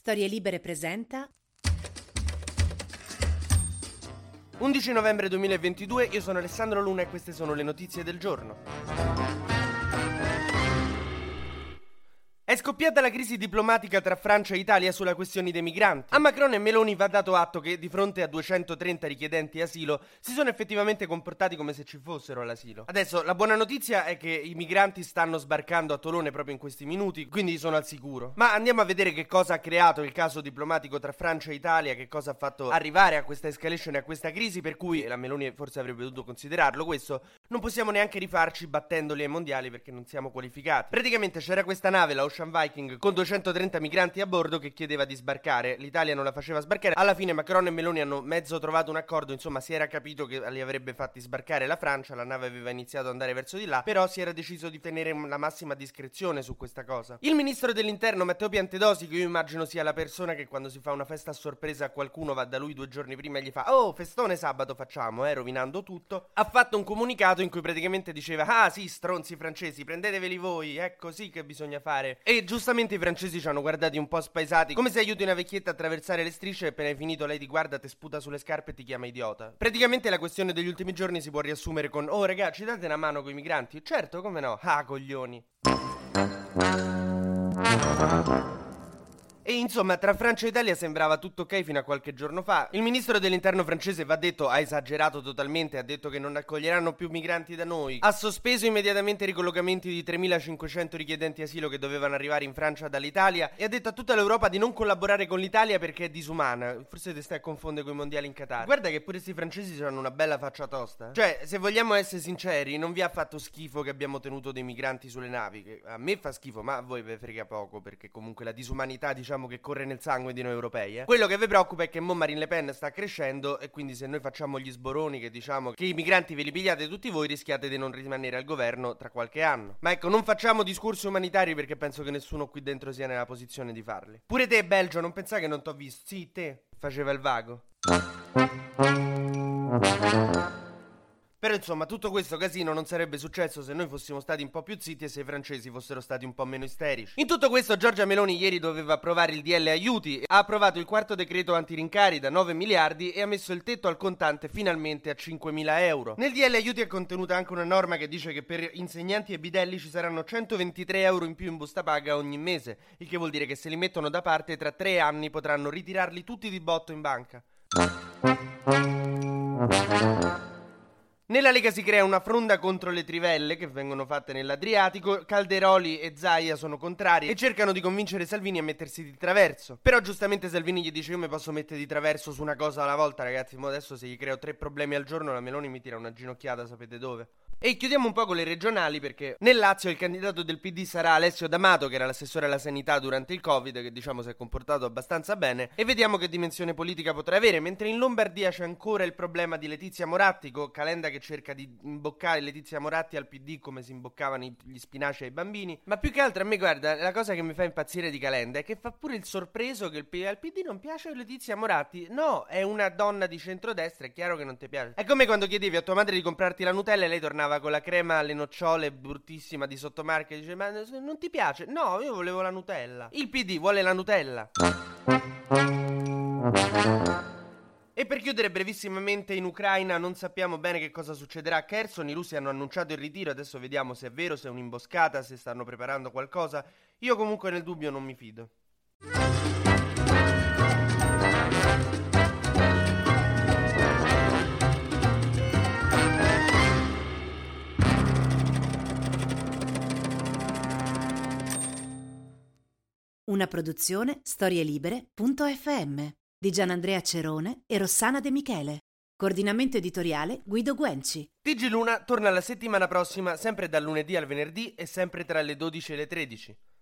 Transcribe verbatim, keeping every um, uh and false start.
Storie Libere presenta undici novembre duemilaventidue, io sono Alessandro Luna e queste sono le notizie del giorno. È scoppiata la crisi diplomatica tra Francia e Italia sulla questione dei migranti. A Macron e Meloni va dato atto che di fronte a duecentotrenta richiedenti asilo si sono effettivamente comportati come se ci fossero all'asilo. Adesso la buona notizia è che i migranti stanno sbarcando a Tolone proprio in questi minuti, quindi sono al sicuro. Ma andiamo a vedere che cosa ha creato il caso diplomatico tra Francia e Italia, che cosa ha fatto arrivare a questa escalation e a questa crisi, per cui, e la Meloni forse avrebbe dovuto considerarlo questo, non possiamo neanche rifarci battendoli ai mondiali perché non siamo qualificati. Praticamente c'era questa nave, la Ocean Viking, con duecentotrenta migranti a bordo che chiedeva di sbarcare. L'Italia non la faceva sbarcare. Alla fine Macron e Meloni hanno mezzo trovato un accordo, insomma si era capito che li avrebbe fatti sbarcare la Francia, la nave aveva iniziato ad andare verso di là, però si era deciso di tenere la massima discrezione su questa cosa. Il ministro dell'interno Matteo Piantedosi, che io immagino sia la persona che quando si fa una festa a sorpresa a qualcuno va da lui due giorni prima e gli fa "Oh, festone sabato facciamo, eh, rovinando tutto", ha fatto un comunicato in cui praticamente diceva "Ah sì, stronzi francesi, prendeteveli voi, è così che bisogna fare". E giustamente i francesi ci hanno guardati un po' spaesati, come se aiuti una vecchietta a attraversare le strisce e appena hai finito lei ti guarda, te sputa sulle scarpe e ti chiama idiota. Praticamente la questione degli ultimi giorni si può riassumere con "Oh raga, ci date una mano coi migranti?" "Certo, come no?" "Ah, coglioni." E insomma, tra Francia e Italia sembrava tutto ok fino a qualche giorno fa. Il ministro dell'interno francese, va detto, ha esagerato totalmente, ha detto che non accoglieranno più migranti da noi, ha sospeso immediatamente i ricollocamenti di tremilacinquecento richiedenti asilo che dovevano arrivare in Francia dall'Italia e ha detto a tutta l'Europa di non collaborare con l'Italia perché è disumana. Forse ti stai a confondere con i mondiali in Qatar. Guarda che pure sti francesi hanno una bella faccia tosta. Cioè, se vogliamo essere sinceri, non vi ha fatto schifo che abbiamo tenuto dei migranti sulle navi, che a me fa schifo, ma a voi ve frega poco, perché comunque la disumanità, diciamo, che corre nel sangue di noi europei, eh. Quello che vi preoccupa è che mo Marine Le Pen sta crescendo e quindi se noi facciamo gli sboroni che diciamo che i migranti ve li pigliate tutti voi, rischiate di non rimanere al governo tra qualche anno. Ma ecco, non facciamo discorsi umanitari perché penso che nessuno qui dentro sia nella posizione di farli. Pure te, Belgio, non pensai che non t'ho visto? Sì, te, faceva il vago. Però insomma tutto questo casino non sarebbe successo se noi fossimo stati un po' più zitti e se i francesi fossero stati un po' meno isterici. In tutto questo Giorgia Meloni ieri doveva approvare il D L aiuti, ha approvato il quarto decreto antirincari da nove miliardi e ha messo il tetto al contante finalmente a cinquemila euro. Nel D L aiuti è contenuta anche una norma che dice che per insegnanti e bidelli ci saranno centoventitré euro in più in busta paga ogni mese, il che vuol dire che se li mettono da parte tra tre anni potranno ritirarli tutti di botto in banca. Nella Lega si crea una fronda contro le trivelle che vengono fatte nell'Adriatico. Calderoli e Zaia sono contrari e cercano di convincere Salvini a mettersi di traverso. Però giustamente Salvini gli dice: io mi posso mettere di traverso su una cosa alla volta, ragazzi, ma adesso se gli creo tre problemi al giorno la Meloni mi tira una ginocchiata, sapete dove? E chiudiamo un po' con le regionali, perché nel Lazio il candidato del P D sarà Alessio D'Amato, che era l'assessore alla sanità durante il Covid, che diciamo si è comportato abbastanza bene, e vediamo che dimensione politica potrà avere, mentre in Lombardia c'è ancora il problema di Letizia Moratti, con Calenda che cerca di imboccare Letizia Moratti al P D come si imboccavano gli spinaci ai bambini. Ma più che altro a me, guarda, la cosa che mi fa impazzire di Calenda è che fa pure il sorpreso che il P- al P D non piace Letizia Moratti. No, è una donna di centrodestra, è chiaro che non ti piace. È come quando chiedevi a tua madre di comprarti la Nutella e lei tornava con la crema alle nocciole bruttissima di sottomarca e dice: ma non ti piace? No, io volevo la Nutella. Il P D vuole la Nutella. E per chiudere brevissimamente, in Ucraina non sappiamo bene che cosa succederà a Kherson. I russi hanno annunciato il ritiro, adesso vediamo se è vero, se è un'imboscata, se stanno preparando qualcosa. Io comunque nel dubbio non mi fido. Una produzione storielibere punto effe emme di Gianandrea Cerone e Rossana De Michele. Coordinamento editoriale Guido Guenci. T G Luna torna la settimana prossima, sempre dal lunedì al venerdì e sempre tra le dodici e le tredici.